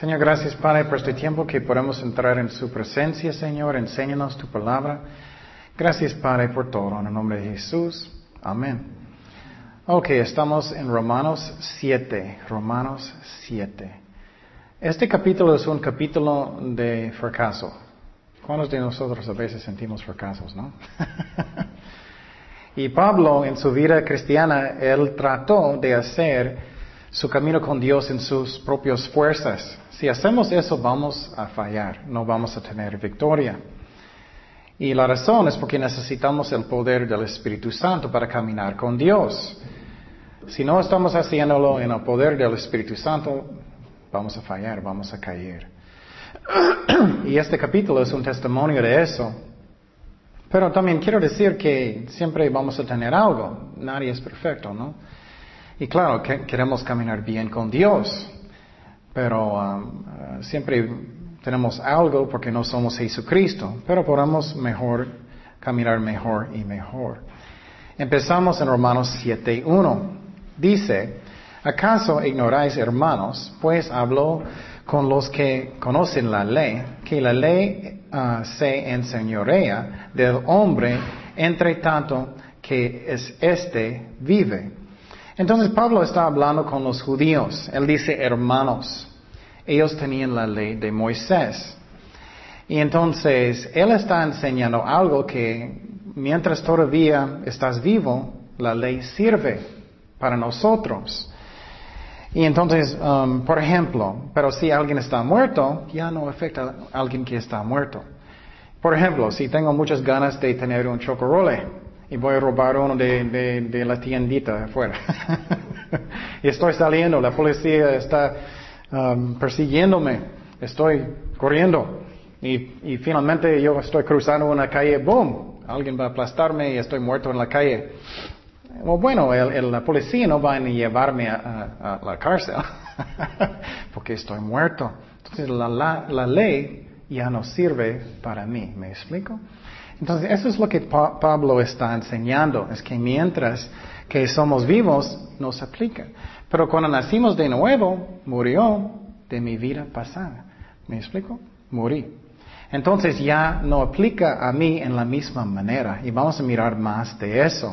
Señor, gracias, Padre, por este tiempo que podemos entrar en su presencia, Señor. Enséñanos tu palabra. Gracias, Padre, por todo. En el nombre de Jesús. Amén. Ok, estamos en Romanos 7. Romanos 7. Este capítulo es un capítulo de fracaso. ¿Cuántos de nosotros a veces sentimos fracasos, no? Y Pablo, en su vida cristiana, él trató de hacer su camino con Dios en sus propias fuerzas. Si hacemos eso, vamos a fallar, no vamos a tener victoria. Y la razón es porque necesitamos el poder del Espíritu Santo para caminar con Dios. Si no estamos haciéndolo en el poder del Espíritu Santo, vamos a fallar, vamos a caer. Y este capítulo es un testimonio de eso. Pero también quiero decir que siempre vamos a tener algo. Nadie es perfecto, ¿no? Y claro, queremos caminar bien con Dios. Pero siempre tenemos algo porque no somos Jesucristo. Pero podemos caminar mejor y mejor. Empezamos en Romanos 7:1. Dice, ¿acaso ignoráis, hermanos, pues habló con los que conocen la ley, que la ley se enseñorea del hombre entre tanto que éste vive? Entonces Pablo está hablando con los judíos. Él dice hermanos. Ellos tenían la ley de Moisés. Y entonces él está enseñando algo que mientras todavía estás vivo, la ley sirve para nosotros. Y entonces, por ejemplo, pero si alguien está muerto, ya no afecta a alguien que está muerto. Por ejemplo, si tengo muchas ganas de tener un chocorole y voy a robar uno de la tiendita afuera. Y estoy saliendo, la policía está persiguiéndome, estoy corriendo y finalmente yo estoy cruzando una calle, ¡boom! Alguien va a aplastarme y estoy muerto en la calle. Bueno, la policía no va a llevarme a la cárcel porque estoy muerto. Entonces la ley ya no sirve para mí. ¿Me explico? Entonces eso es lo que Pablo está enseñando. Es que mientras que somos vivos nos aplica. Pero cuando nacimos de nuevo, murió de mi vida pasada. ¿Me explico? Morí. Entonces ya no aplica a mí en la misma manera. Y vamos a mirar más de eso.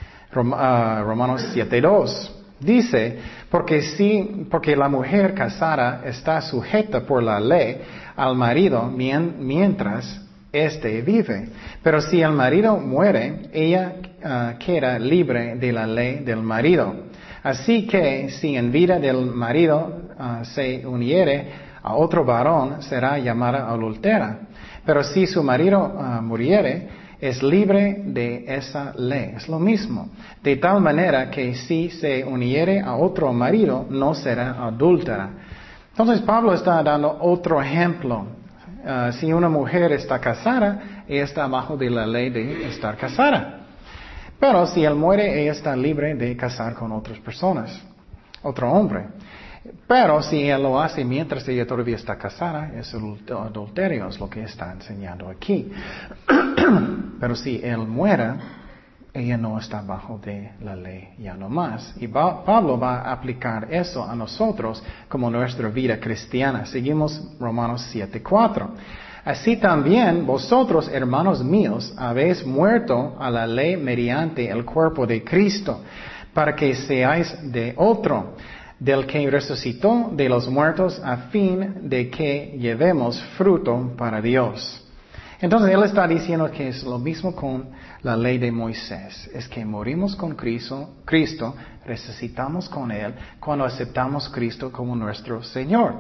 Romanos 7:2 dice, porque la mujer casada está sujeta por la ley al marido mientras éste vive. Pero si el marido muere, ella queda libre de la ley del marido. Así que si en vida del marido se uniere a otro varón, será llamada adúltera. Pero si su marido muriere, es libre de esa ley. Es lo mismo. De tal manera que si se uniere a otro marido, no será adúltera. Entonces Pablo está dando otro ejemplo. Si una mujer está casada, ella está bajo de la ley de estar casada. Pero si él muere, ella está libre de casar con otras personas, otro hombre. Pero si él lo hace mientras ella todavía está casada, es adulterio, es lo que está enseñando aquí. Pero si él muera, ella no está bajo de la ley ya no más. Y Pablo va a aplicar eso a nosotros como nuestra vida cristiana. Seguimos Romanos 7:4. Así también vosotros, hermanos míos, habéis muerto a la ley mediante el cuerpo de Cristo, para que seáis de otro, del que resucitó de los muertos, a fin de que llevemos fruto para Dios. Entonces él está diciendo que es lo mismo con la ley de Moisés. Es que morimos con Cristo, resucitamos con Él cuando aceptamos Cristo como nuestro Señor.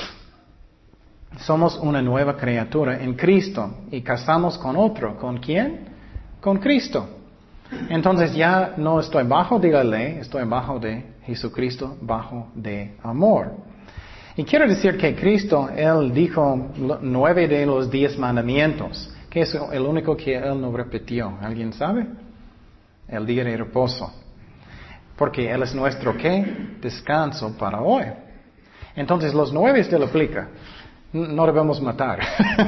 Somos una nueva criatura en Cristo y casamos con otro. ¿Con quién? Con Cristo. Entonces ya no estoy bajo de la ley, estoy bajo de Jesucristo, bajo de amor. Y quiero decir que Cristo, Él dijo 9 de los 10 mandamientos, que es el único que Él no repitió. ¿Alguien sabe? El día de reposo. Porque Él es nuestro, ¿qué? Descanso para hoy. Entonces los 9 se lo aplica. No debemos matar.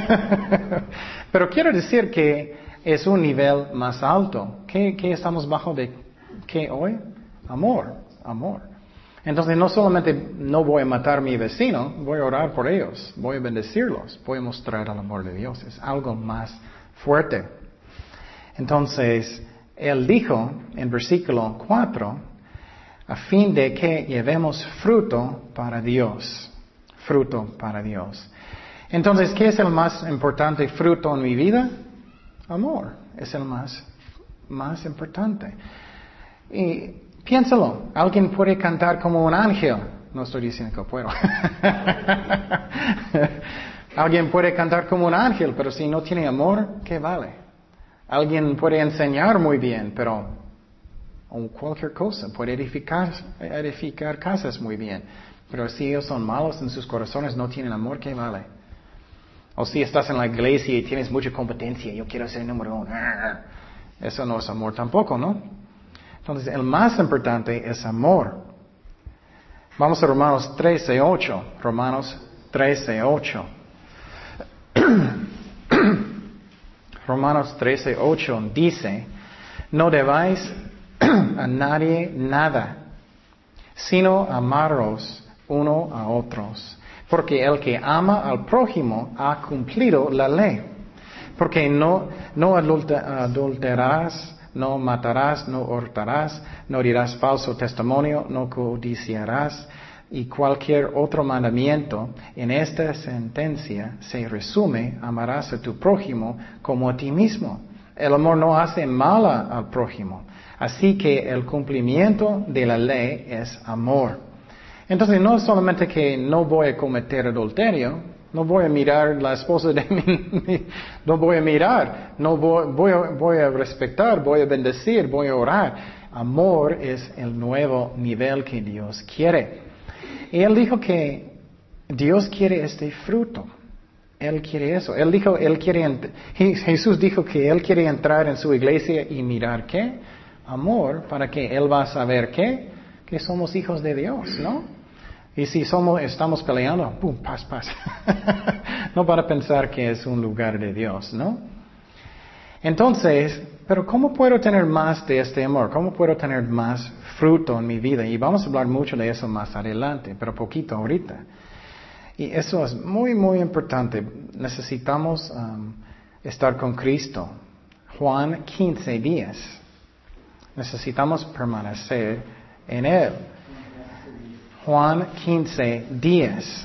Pero quiero decir que es un nivel más alto. ¿Qué estamos bajo de qué hoy? Amor. Entonces no solamente no voy a matar a mi vecino, voy a orar por ellos, voy a bendecirlos, voy a mostrar el amor de Dios. Es algo más fuerte. Entonces, Él dijo en versículo 4, a fin de que llevemos fruto para Dios. Fruto para Dios. Entonces, ¿qué es el más importante fruto en mi vida? Amor. Es el más importante. Y piénsalo. Alguien puede cantar como un ángel. No estoy diciendo que puedo. Alguien puede cantar como un ángel, pero si no tiene amor, ¿qué vale? Alguien puede enseñar muy bien, pero o cualquier cosa, puede edificar casas muy bien. Pero si ellos son malos en sus corazones, no tienen amor, ¿qué vale? O si estás en la iglesia y tienes mucha competencia, yo quiero ser número 1. Eso no es amor tampoco, ¿no? Entonces, el más importante es amor. Vamos a Romanos 13:8. Romanos 13:8. Romanos 13:8 dice, no debáis a nadie nada, sino amaros uno a otros. Porque el que ama al prójimo ha cumplido la ley. Porque no adulterarás, no matarás, no hurtarás, no dirás falso testimonio, no codiciarás, y cualquier otro mandamiento. En esta sentencia se resume, amarás a tu prójimo como a ti mismo. El amor no hace mal al prójimo. Así que el cumplimiento de la ley es amor. Entonces no es solamente que no voy a cometer adulterio, no voy a mirar la esposa de mi, no voy a mirar, no voy a respetar, voy a bendecir, voy a orar. Amor es el nuevo nivel que Dios quiere. Y Él dijo que Dios quiere este fruto. Él quiere eso. Jesús dijo que Él quiere entrar en su iglesia y mirar ¿qué? Amor, para que Él va a saber ¿qué? Que somos hijos de Dios, ¿no? Y si estamos peleando, ¡pum! Paz. No para pensar que es un lugar de Dios, ¿no? Entonces, pero ¿cómo puedo tener más de este amor? ¿Cómo puedo tener más fruto en mi vida? Y vamos a hablar mucho de eso más adelante, pero poquito ahorita. Y eso es muy, muy importante. Necesitamos estar con Cristo. Juan 15:10. Necesitamos permanecer en Él. Juan 15:10.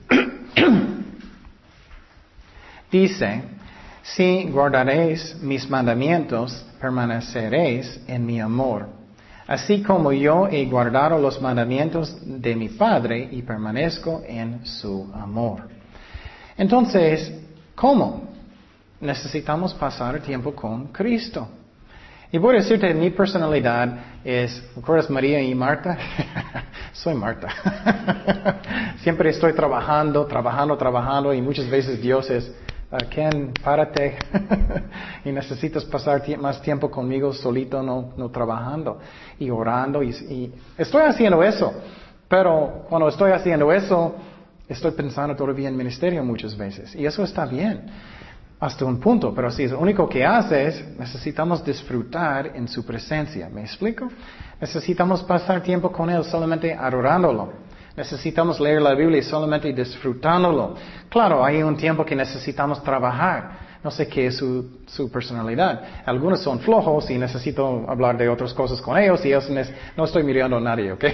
Dice, si guardaréis mis mandamientos, permaneceréis en mi amor, así como yo he guardado los mandamientos de mi Padre y permanezco en su amor. Entonces, ¿cómo? Necesitamos pasar tiempo con Cristo. Y voy a decirte, mi personalidad es, ¿recuerdas María y Marta? Soy Marta. Siempre estoy trabajando, y muchas veces Dios es, Ken, párate. Y necesitas pasar más tiempo conmigo solito, no trabajando y orando. Y estoy haciendo eso. Pero cuando estoy haciendo eso, estoy pensando todavía en ministerio muchas veces. Y eso está bien. Hasta un punto, pero si es lo único que haces, necesitamos disfrutar en su presencia. ¿Me explico? Necesitamos pasar tiempo con Él solamente adorándolo. Necesitamos leer la Biblia solamente disfrutándolo. Claro, hay un tiempo que necesitamos trabajar. No sé qué es su personalidad. Algunos son flojos y necesito hablar de otras cosas con ellos y ellos no estoy mirando a nadie, ¿ok?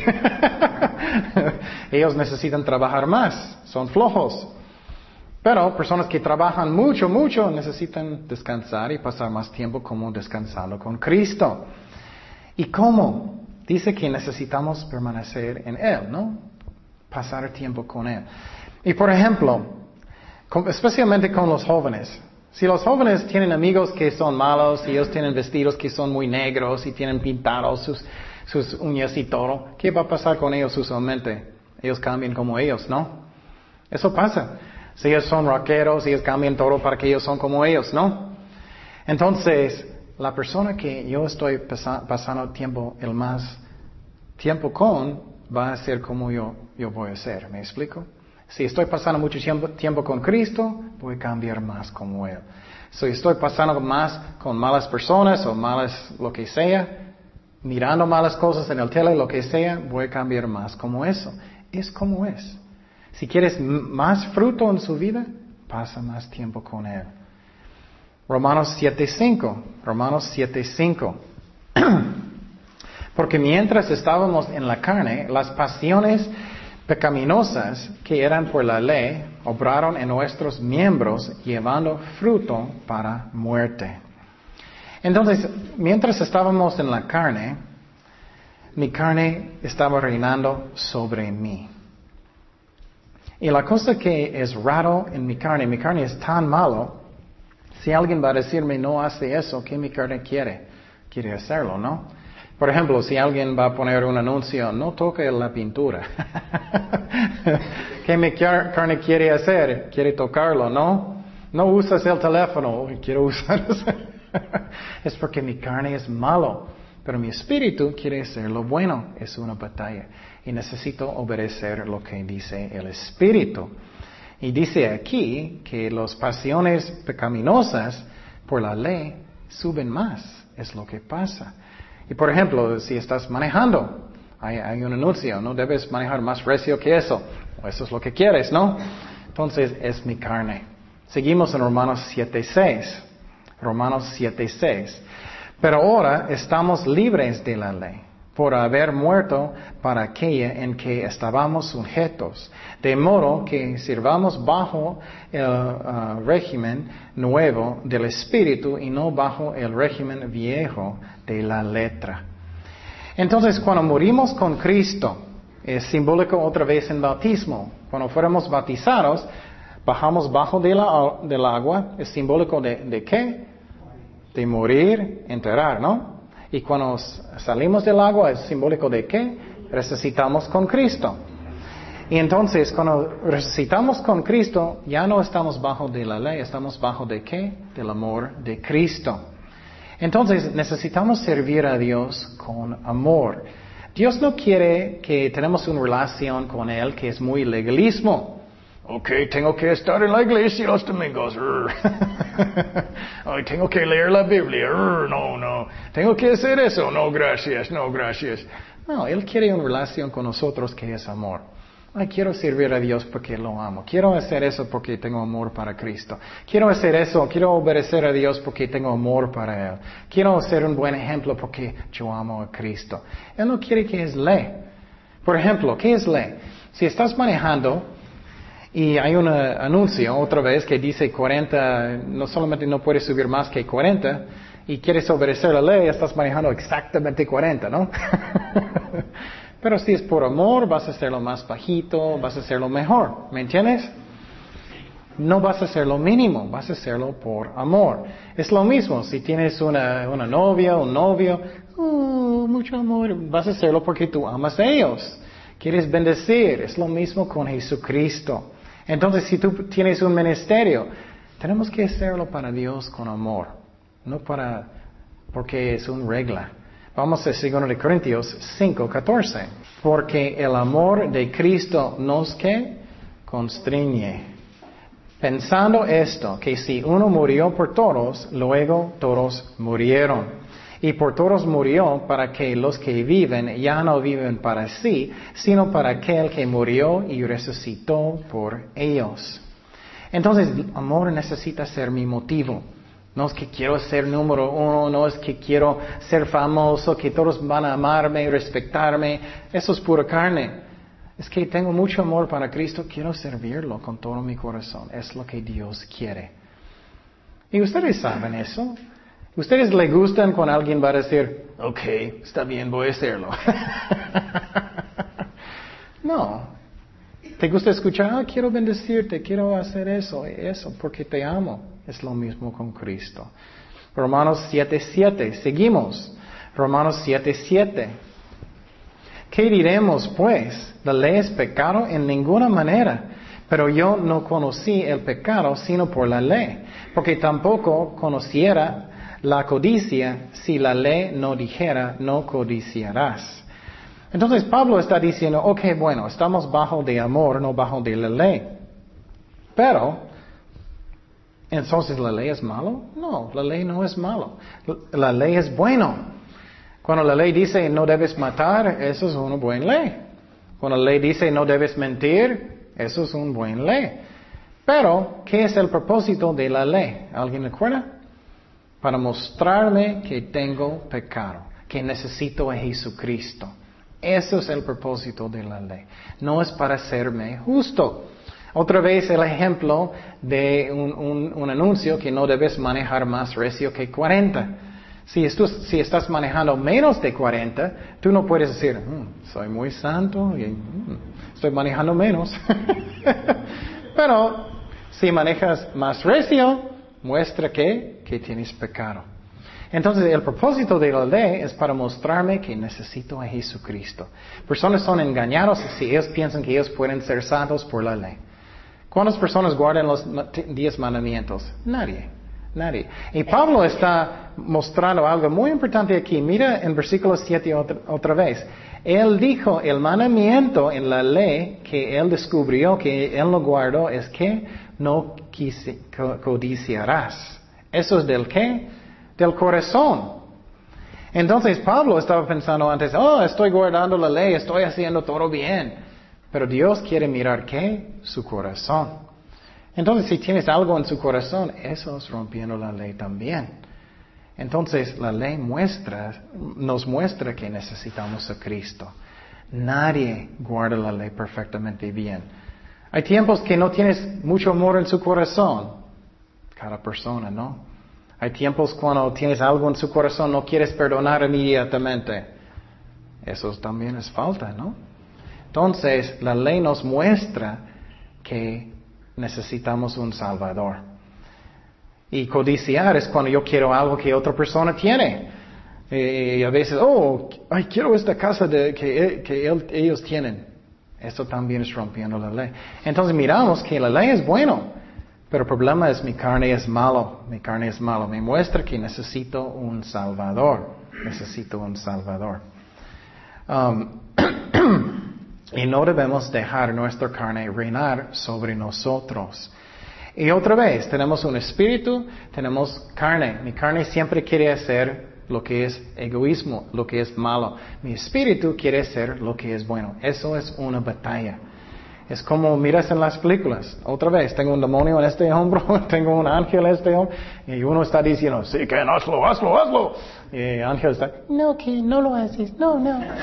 Ellos necesitan trabajar más. Son flojos. Pero personas que trabajan mucho necesitan descansar y pasar más tiempo como descansando con Cristo. ¿Y cómo? Dice que necesitamos permanecer en Él, ¿no? Pasar tiempo con Él. Y por ejemplo, especialmente con los jóvenes. Si los jóvenes tienen amigos que son malos y ellos tienen vestidos que son muy negros y tienen pintados sus uñas y todo, ¿qué va a pasar con ellos usualmente? Ellos cambian como ellos, ¿no? Eso pasa. Si ellos son rockeros, ellos cambian todo para que ellos son como ellos, ¿no? Entonces, la persona que yo estoy pasando el más tiempo con, va a ser como yo voy a ser. ¿Me explico? Si estoy pasando mucho tiempo con Cristo, voy a cambiar más como Él. Si estoy pasando más con malas personas o malas lo que sea, mirando malas cosas en el tele, lo que sea, voy a cambiar más como eso. Es como es. Si quieres más fruto en su vida, pasa más tiempo con Él. Romanos 7:5. Romanos 7:5. Porque mientras estábamos en la carne, las pasiones pecaminosas que eran por la ley obraron en nuestros miembros llevando fruto para muerte. Entonces, mientras estábamos en la carne, mi carne estaba reinando sobre mí. Y la cosa que es raro en mi carne es tan malo, si alguien va a decirme no hace eso, ¿qué mi carne quiere? Quiere hacerlo, ¿no? Por ejemplo, si alguien va a poner un anuncio, no toque la pintura. ¿Qué mi carne quiere hacer? Quiere tocarlo, ¿no? No usas el teléfono, quiero usarlo. Es porque mi carne es malo, pero mi espíritu quiere hacer lo bueno. Es una batalla y necesito obedecer lo que dice el espíritu. Y dice aquí que las pasiones pecaminosas por la ley suben más. Es lo que pasa. Y por ejemplo, si estás manejando, hay un anuncio, no debes manejar más recio que eso. Eso es lo que quieres, ¿no? Entonces es mi carne. Seguimos en Romanos 7:6. Romanos 7:6. Pero ahora estamos libres de la ley, por haber muerto para aquella en que estábamos sujetos, de modo que sirvamos bajo el régimen nuevo del Espíritu y no bajo el régimen viejo de la letra. Entonces, cuando morimos con Cristo, es simbólico otra vez en bautismo. Cuando fuéramos bautizados, bajamos bajo del agua, es simbólico de ¿qué? De morir, enterrar, ¿no? Y cuando salimos del agua, es simbólico de ¿qué? Resucitamos con Cristo. Y entonces, cuando resucitamos con Cristo, ya no estamos bajo de la ley, estamos bajo de ¿qué? Del amor de Cristo. Entonces, necesitamos servir a Dios con amor. Dios no quiere que tenemos una relación con Él que es muy legalismo. Ok, tengo que estar en la iglesia los domingos. Ay, tengo que leer la Biblia. No. Tengo que hacer eso. No, gracias. No, Él quiere una relación con nosotros que es amor. Ay, quiero servir a Dios porque lo amo. Quiero hacer eso porque tengo amor para Cristo. Quiero hacer eso, quiero obedecer a Dios porque tengo amor para Él. Quiero ser un buen ejemplo porque yo amo a Cristo. Él no quiere que es ley. Por ejemplo, ¿qué es ley? Si estás manejando y hay un anuncio otra vez que dice 40, no solamente no puedes subir más que 40, y quieres obedecer la ley, estás manejando exactamente 40, ¿no? Pero si es por amor, vas a hacerlo más bajito, vas a hacerlo mejor, ¿me entiendes? No vas a hacer lo mínimo, vas a hacerlo por amor. Es lo mismo, si tienes una novia, un novio, mucho amor, vas a hacerlo porque tú amas a ellos. Quieres bendecir, es lo mismo con Jesucristo. Entonces, si tú tienes un ministerio, tenemos que hacerlo para Dios con amor, no porque es una regla. Vamos a 2 Corintios 5:14. Porque el amor de Cristo nos ¿qué? Constriñe. Pensando esto, que si uno murió por todos, luego todos murieron. Y por todos murió para que los que viven ya no viven para sí, sino para aquel que murió y resucitó por ellos. Entonces, el amor necesita ser mi motivo. No es que quiero ser número uno, no es que quiero ser famoso, que todos van a amarme y respetarme. Eso es pura carne. Es que tengo mucho amor para Cristo, quiero servirlo con todo mi corazón. Es lo que Dios quiere. Y ustedes saben eso. ¿Ustedes le gustan cuando alguien va a decir, ok, está bien, voy a hacerlo? No. ¿Te gusta escuchar? Quiero bendecirte, quiero hacer eso, porque te amo. Es lo mismo con Cristo. Romanos 7:7. Seguimos. Romanos 7:7. ¿Qué diremos, pues? ¿La ley es pecado? En ninguna manera. Pero yo no conocí el pecado sino por la ley, porque tampoco conociera la codicia si la ley no dijera, no codiciarás. Entonces Pablo está diciendo, ok, bueno, estamos bajo de amor, no bajo de la ley. Pero, ¿entonces la ley es malo? No, la ley no es malo. La ley es bueno. Cuando la ley dice no debes matar, eso es una buena ley. Cuando la ley dice no debes mentir, eso es una buena ley. Pero, ¿qué es el propósito de la ley? ¿Alguien recuerda? Para mostrarme que tengo pecado, que necesito a Jesucristo. Eso es el propósito de la ley. No es para hacerme justo. Otra vez el ejemplo de un anuncio que no debes manejar más recio que 40. Si estás manejando menos de 40, tú no puedes decir, soy muy santo y estoy manejando menos. Pero si manejas más recio, muestra que tienes pecado. Entonces el propósito de la ley es para mostrarme que necesito a Jesucristo. Personas son engañados si ellos piensan que ellos pueden ser santos por la ley. ¿Cuántas personas guardan los 10 mandamientos? Nadie. Y Pablo está mostrando algo muy importante aquí. Mira en versículo 7 otra vez. Él dijo, el mandamiento en la ley que él descubrió, que él lo guardó, es que no codiciarás. ¿Eso es del qué? Del corazón. Entonces Pablo estaba pensando antes, estoy guardando la ley, estoy haciendo todo bien. Pero Dios quiere mirar ¿qué? Su corazón. Entonces, si tienes algo en su corazón, eso es rompiendo la ley también. Entonces, la ley nos muestra que necesitamos a Cristo. Nadie guarda la ley perfectamente bien. Hay tiempos que no tienes mucho amor en su corazón. Cada persona, ¿no? Hay tiempos cuando tienes algo en su corazón, no quieres perdonar inmediatamente. Eso también es falta, ¿no? Entonces, la ley nos muestra que necesitamos un Salvador. Y codiciar es cuando yo quiero algo que otra persona tiene. Y a veces, quiero esta casa que ellos tienen. Eso también es rompiendo la ley. Entonces miramos que la ley es bueno, pero el problema es mi carne es malo. Mi carne es malo. Me muestra que necesito un Salvador. Necesito un Salvador. Y no debemos dejar nuestra carne reinar sobre nosotros. Y otra vez, tenemos un espíritu, tenemos carne. Mi carne siempre quiere hacer lo que es egoísmo, lo que es malo. Mi espíritu quiere hacer lo que es bueno. Eso es una batalla. Es como miras en las películas. Otra vez, tengo un demonio en este hombro, tengo un ángel en este hombro, y uno está diciendo, sí, que hazlo. Y el ángel está, no, que no lo haces, no.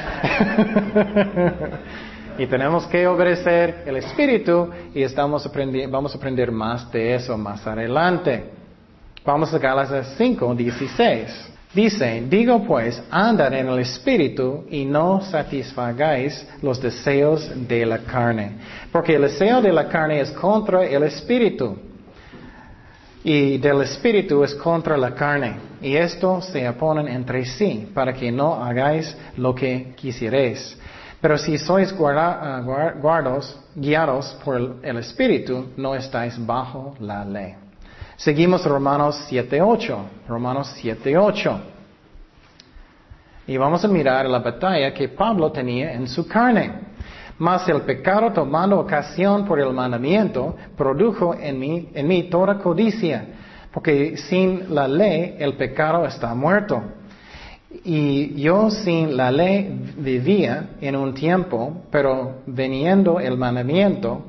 Y tenemos que obedecer el Espíritu y vamos a aprender más de eso más adelante. Vamos a Gálatas 5:16. Dice, digo pues, andad en el Espíritu y no satisfagáis los deseos de la carne. Porque el deseo de la carne es contra el Espíritu. Y del Espíritu es contra la carne. Y esto se oponen entre sí, para que no hagáis lo que quisierais. Pero si sois guiados por el Espíritu, no estáis bajo la ley. Seguimos Romanos 7:8. Y vamos a mirar la batalla que Pablo tenía en su carne. Mas el pecado, tomando ocasión por el mandamiento, produjo en mí toda codicia. Porque sin la ley el pecado está muerto. Y yo sin la ley vivía en un tiempo, pero venido el mandamiento,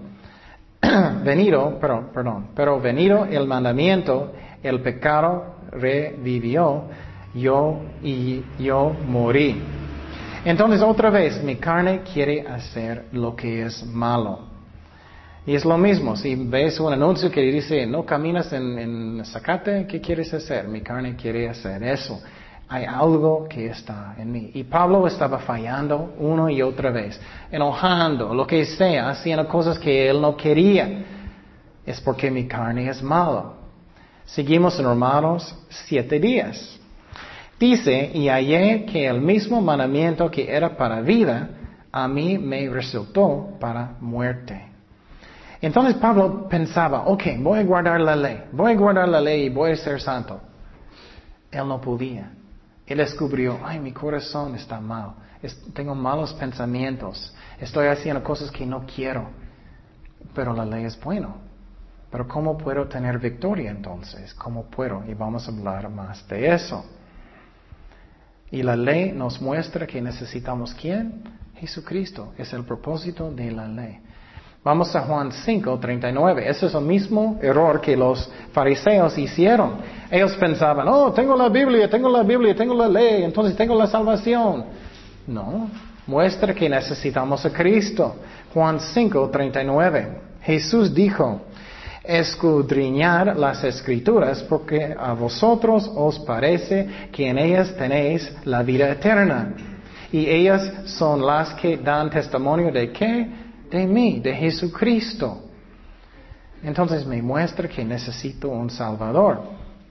el mandamiento, el pecado revivió, yo morí. Entonces otra vez mi carne quiere hacer lo que es malo. Y es lo mismo, si ves un anuncio que dice no caminas en zacate, ¿qué quieres hacer? Mi carne quiere hacer eso. Hay algo que está en mí. Y Pablo estaba fallando una y otra vez, enojando, lo que sea, haciendo cosas que él no quería. Es porque mi carne es mala. Seguimos en Romanos 7:10. Dice, y hallé que el mismo mandamiento que era para vida, a mí me resultó para muerte. Entonces Pablo pensaba, voy a guardar la ley y voy a ser santo. Él no podía. Él descubrió, mi corazón está mal. Tengo malos pensamientos. Estoy haciendo cosas que no quiero. Pero la ley es buena. Pero ¿cómo puedo tener victoria entonces? ¿Cómo puedo? Y vamos a hablar más de eso. Y la ley nos muestra que necesitamos ¿quién? Jesucristo. Es el propósito de la ley. Vamos a Juan 5:39. Ese es el mismo error que los fariseos hicieron. Ellos pensaban, oh, tengo la Biblia, tengo la ley, entonces tengo la salvación. No, muestra que necesitamos a Cristo. Juan 5:39. Jesús dijo, escudriñad las Escrituras porque a vosotros os parece que en ellas tenéis la vida eterna. Y ellas son las que dan testimonio de ¿qué? De mí, de Jesucristo. Entonces me muestra que necesito un Salvador.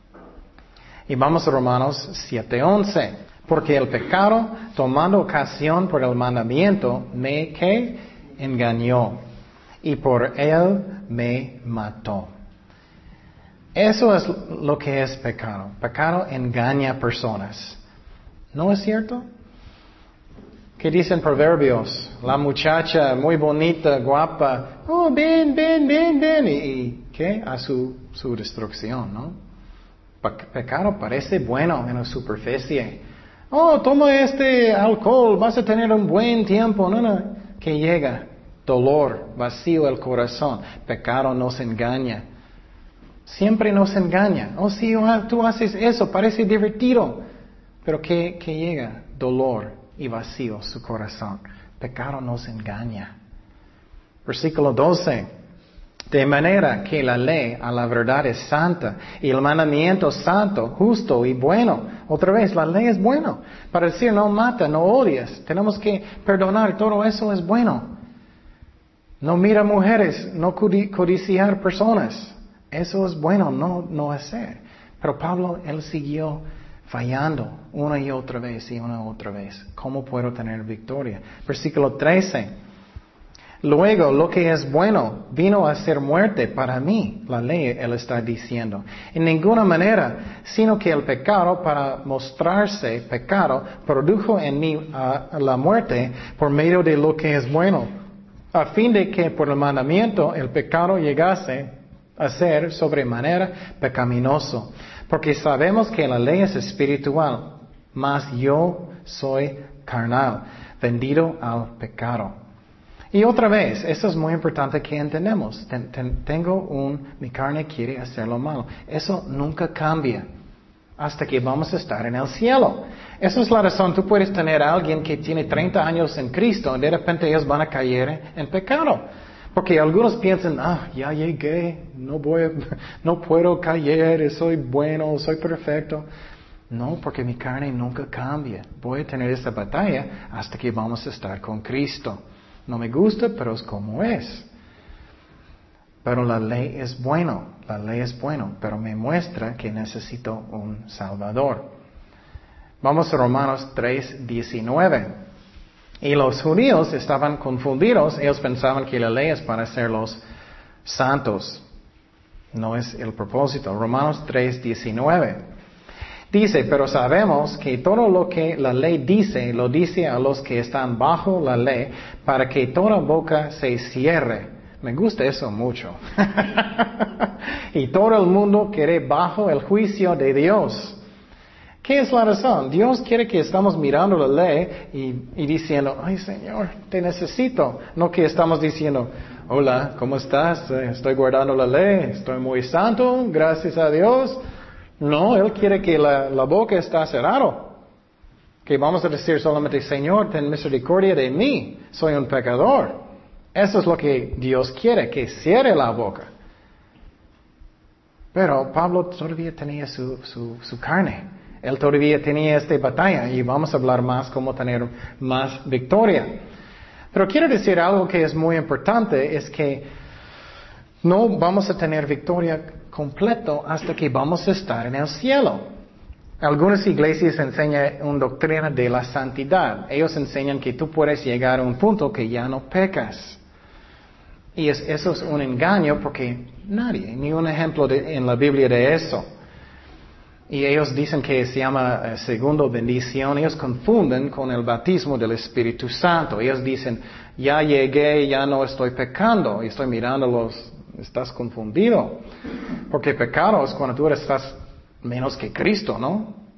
Y vamos a Romanos 7:11. Porque el pecado, tomando ocasión por el mandamiento, me ¿qué? Engañó. Y por él me mató. Eso es lo que es pecado. Pecado engaña a personas. ¿No es cierto? ¿Qué dicen Proverbios? La muchacha muy bonita, guapa, oh, ven. ¿Y qué? A su destrucción, ¿no? Pecado parece bueno en la superficie. Oh, toma este alcohol, vas a tener un buen tiempo. No, que llega dolor, vacío el corazón. Pecado nos engaña. Siempre nos engaña. Oh, sí, tú haces eso, parece divertido. Pero ¿qué llega? Dolor y vacío su corazón. Pecado nos engaña. Versículo 12. De manera que la ley a la verdad es santa y el mandamiento santo, justo y bueno. Otra vez, la ley es bueno. Para decir no mata, no odias. Tenemos que perdonar, todo eso es bueno. No mira mujeres, no codiciar personas. Eso es bueno, no hacer. Pero Pablo, él siguió fallando una y otra vez. ¿Cómo puedo tener victoria? Versículo 13. Luego, lo que es bueno vino a ser muerte para mí. La ley, él está diciendo. En ninguna manera, sino que el pecado, para mostrarse pecado, produjo en mí la muerte por medio de lo que es bueno, a fin de que por el mandamiento el pecado llegase a ser sobremanera pecaminoso. Porque sabemos que la ley es espiritual, mas yo soy carnal, vendido al pecado. Y otra vez, esto es muy importante que entendamos. Mi carne quiere hacer lo malo. Eso nunca cambia hasta que vamos a estar en el cielo. Esa es la razón. Tú puedes tener a alguien que tiene 30 años en Cristo y de repente ellos van a caer en pecado. Porque algunos piensan, ya llegué, no puedo caer, soy bueno, soy perfecto. No, porque mi carne nunca cambia. Voy a tener esta batalla hasta que vamos a estar con Cristo. No me gusta, pero es como es. Pero la ley es bueno, pero me muestra que necesito un Salvador. Vamos a Romanos 3:19. Y los judíos estaban confundidos, ellos pensaban que la ley es para hacerlos santos. No es el propósito. Romanos 3:19. Dice, pero sabemos que todo lo que la ley dice, lo dice a los que están bajo la ley, para que toda boca se cierre. Me gusta eso mucho. Y todo el mundo quede bajo el juicio de Dios. ¿Qué es la razón? Dios quiere que estamos mirando la ley y diciendo, ay Señor, te necesito. No que estamos diciendo, hola, ¿cómo estás? Estoy guardando la ley, estoy muy santo, gracias a Dios. No, Él quiere que la boca está cerrada. Que vamos a decir solamente, Señor, ten misericordia de mí, soy un pecador. Eso es lo que Dios quiere, que cierre la boca. Pero Pablo todavía tenía su carne. Él todavía tenía esta batalla y vamos a hablar más cómo tener más victoria. Pero quiero decir algo que es muy importante, es que no vamos a tener victoria completo hasta que vamos a estar en el cielo. Algunas iglesias enseñan una doctrina de la santidad. Ellos enseñan que tú puedes llegar a un punto que ya no pecas. Y eso es un engaño porque nadie, ni un ejemplo en la Biblia de eso. Y ellos dicen que se llama segundo bendición. Ellos confunden con el bautismo del Espíritu Santo. Ellos dicen, ya llegué, ya no estoy pecando. Y estoy mirándolos, estás confundido. Porque pecado es cuando tú estás menos que Cristo, ¿no?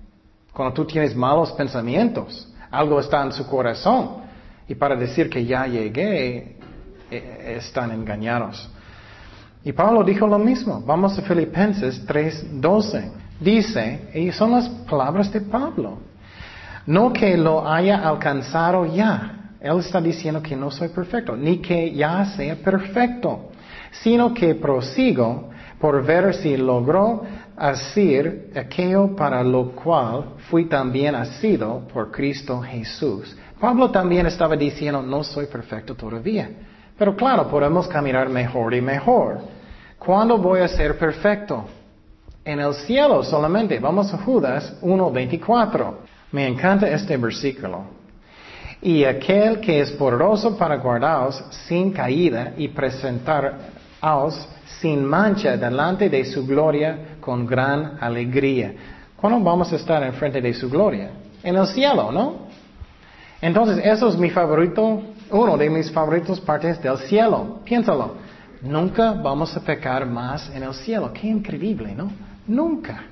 Cuando tú tienes malos pensamientos, algo está en su corazón. Y para decir que ya llegué, están engañados. Y Pablo dijo lo mismo. Vamos a Filipenses 3:12. Dice, y son las palabras de Pablo, no que lo haya alcanzado ya. Él está diciendo que no soy perfecto, ni que ya sea perfecto, sino que prosigo por ver si logro hacer aquello para lo cual fui también asido por Cristo Jesús. Pablo también estaba diciendo, no soy perfecto todavía. Pero claro, podemos caminar mejor y mejor. ¿Cuándo voy a ser perfecto? En el cielo solamente. Vamos a Judas 1:24. Me encanta este versículo. Y aquel que es poderoso para guardaros sin caída y presentaros sin mancha delante de su gloria con gran alegría. ¿Cuándo vamos a estar en frente de su gloria? En el cielo, ¿no? Entonces, eso es mi favorito, uno de mis favoritos partes del cielo. Piénsalo. Nunca vamos a pecar más en el cielo. Qué increíble, ¿no? Nunca.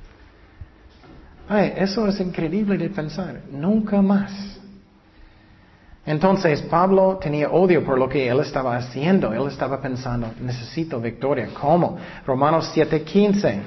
Ay, eso es increíble de pensar. Nunca más. Entonces, Pablo tenía odio por lo que él estaba haciendo. Él estaba pensando, necesito victoria. ¿Cómo? Romanos 7:15.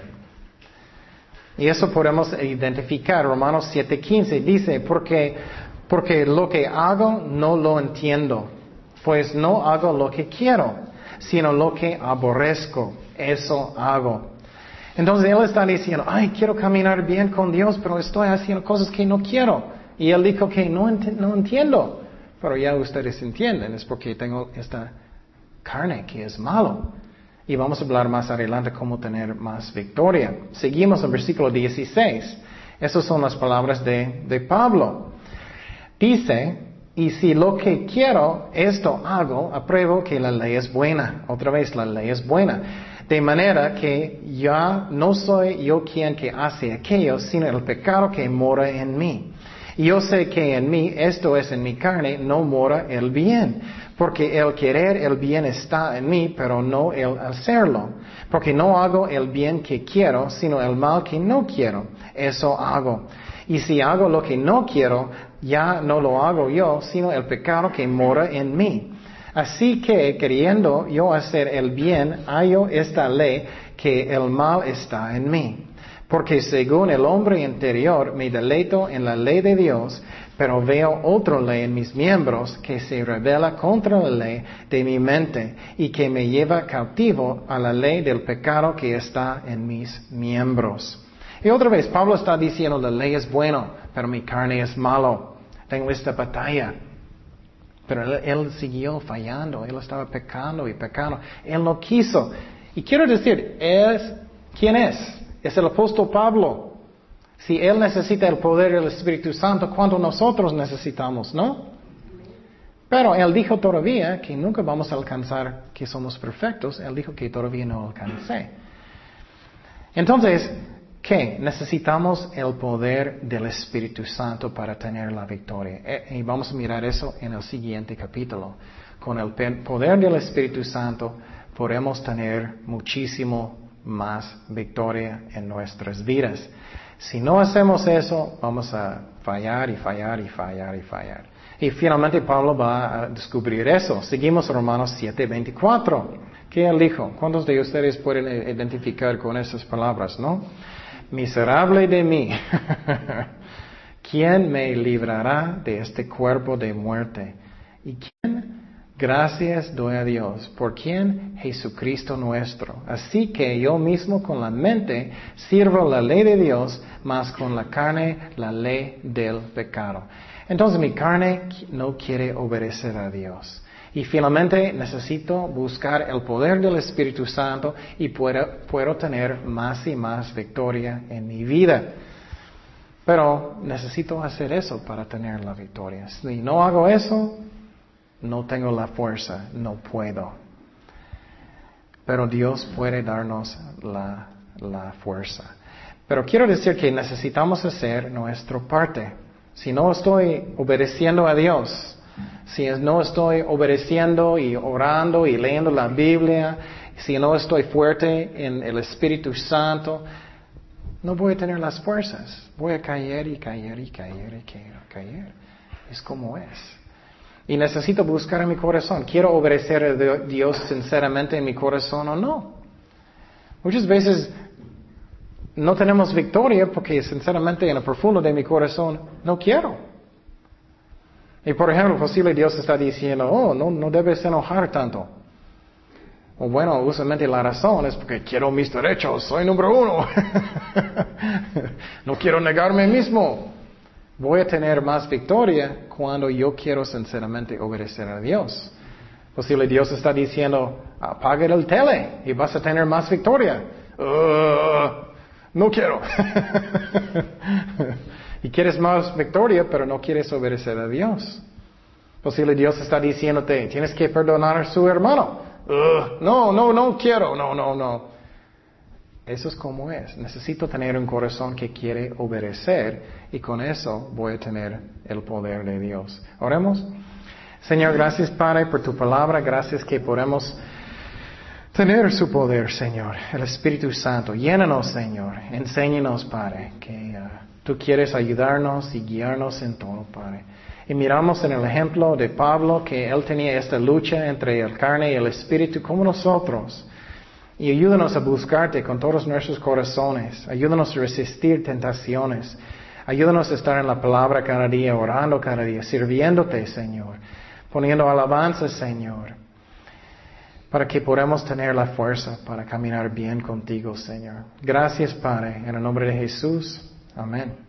Y eso podemos identificar. Romanos 7:15 dice, porque lo que hago no lo entiendo, pues no hago lo que quiero, sino lo que aborrezco, eso hago. Entonces él está diciendo, ay, quiero caminar bien con Dios, pero estoy haciendo cosas que no quiero. Y él dijo que no entiendo. Pero ya ustedes entienden, es porque tengo esta carne que es malo. Y vamos a hablar más adelante cómo tener más victoria. Seguimos en versículo 16. Esas son las palabras de Pablo. Dice, y si lo que quiero, esto hago, apruebo que la ley es buena. Otra vez, la ley es buena. De manera que ya no soy yo quien que hace aquello, sino el pecado que mora en mí. Y yo sé que en mí, esto es en mi carne, no mora el bien. Porque el querer el bien está en mí, pero no el hacerlo. Porque no hago el bien que quiero, sino el mal que no quiero. Eso hago. Y si hago lo que no quiero, ya no lo hago yo, sino el pecado que mora en mí. Así que, queriendo yo hacer el bien, hallo esta ley, que el mal está en mí. Porque según el hombre interior me deleito en la ley de Dios, pero veo otra ley en mis miembros que se rebela contra la ley de mi mente y que me lleva cautivo a la ley del pecado que está en mis miembros. Y otra vez, Pablo está diciendo, la ley es buena, pero mi carne es malo. Tengo esta batalla. Pero él siguió fallando, él estaba pecando y pecando. Él no quiso. Y quiero decir, ¿quién es? Es el apóstol Pablo. Si él necesita el poder del Espíritu Santo, ¿cuánto nosotros necesitamos, no? Pero él dijo todavía que nunca vamos a alcanzar que somos perfectos. Él dijo que todavía no alcancé. Entonces, ¿qué? Necesitamos el poder del Espíritu Santo para tener la victoria. Y vamos a mirar eso en el siguiente capítulo. Con el poder del Espíritu Santo podemos tener muchísimo más victoria en nuestras vidas. Si no hacemos eso, vamos a fallar y fallar y fallar y fallar. Y finalmente Pablo va a descubrir eso. Seguimos Romanos 7:24. ¿Qué él dijo? ¿Cuántos de ustedes pueden identificar con esas palabras, no? Miserable de mí. ¿Quién me librará de este cuerpo de muerte? ¿Y quién? Gracias doy a Dios. ¿Por quién? Jesucristo nuestro. Así que yo mismo con la mente sirvo la ley de Dios, mas con la carne la ley del pecado. Entonces mi carne no quiere obedecer a Dios. Y finalmente necesito buscar el poder del Espíritu Santo y puedo tener más y más victoria en mi vida. Pero necesito hacer eso para tener la victoria. Si no hago eso, no tengo la fuerza, no puedo. Pero Dios puede darnos la fuerza. Pero quiero decir que necesitamos hacer nuestra parte. Si no estoy obedeciendo a Dios, si no estoy obedeciendo y orando y leyendo la Biblia, si no estoy fuerte en el Espíritu Santo, No voy a tener las fuerzas. Voy a caer y caer y caer y caer y caer. Es como es. Y necesito buscar en mi corazón. ¿Quiero obedecer a Dios sinceramente en mi corazón o no? Muchas veces no tenemos victoria porque sinceramente en lo profundo de mi corazón no quiero. Y por ejemplo, posible Dios está diciendo, oh, no debes enojar tanto. O bueno, usualmente la razón es porque quiero mis derechos, soy número 1. No quiero negarme mismo. Voy a tener más victoria cuando yo quiero sinceramente obedecer a Dios. Posible Dios está diciendo, apaga el tele y vas a tener más victoria. No quiero. Y quieres más victoria, pero no quieres obedecer a Dios. Posible Dios está diciéndote, tienes que perdonar a su hermano. No quiero, no. Eso es como es. Necesito tener un corazón que quiere obedecer y con eso voy a tener el poder de Dios. Oremos. Señor, gracias Padre por tu palabra. Gracias que podemos tener su poder, Señor. El Espíritu Santo. Llénanos, Señor. Enséñanos, Padre, que tú quieres ayudarnos y guiarnos en todo, Padre. Y miramos en el ejemplo de Pablo que él tenía esta lucha entre el carne y el Espíritu como nosotros. Y ayúdanos a buscarte con todos nuestros corazones. Ayúdanos a resistir tentaciones. Ayúdanos a estar en la palabra cada día, orando cada día, sirviéndote, Señor. Poniendo alabanzas, Señor. Para que podamos tener la fuerza para caminar bien contigo, Señor. Gracias, Padre. En el nombre de Jesús. Amén.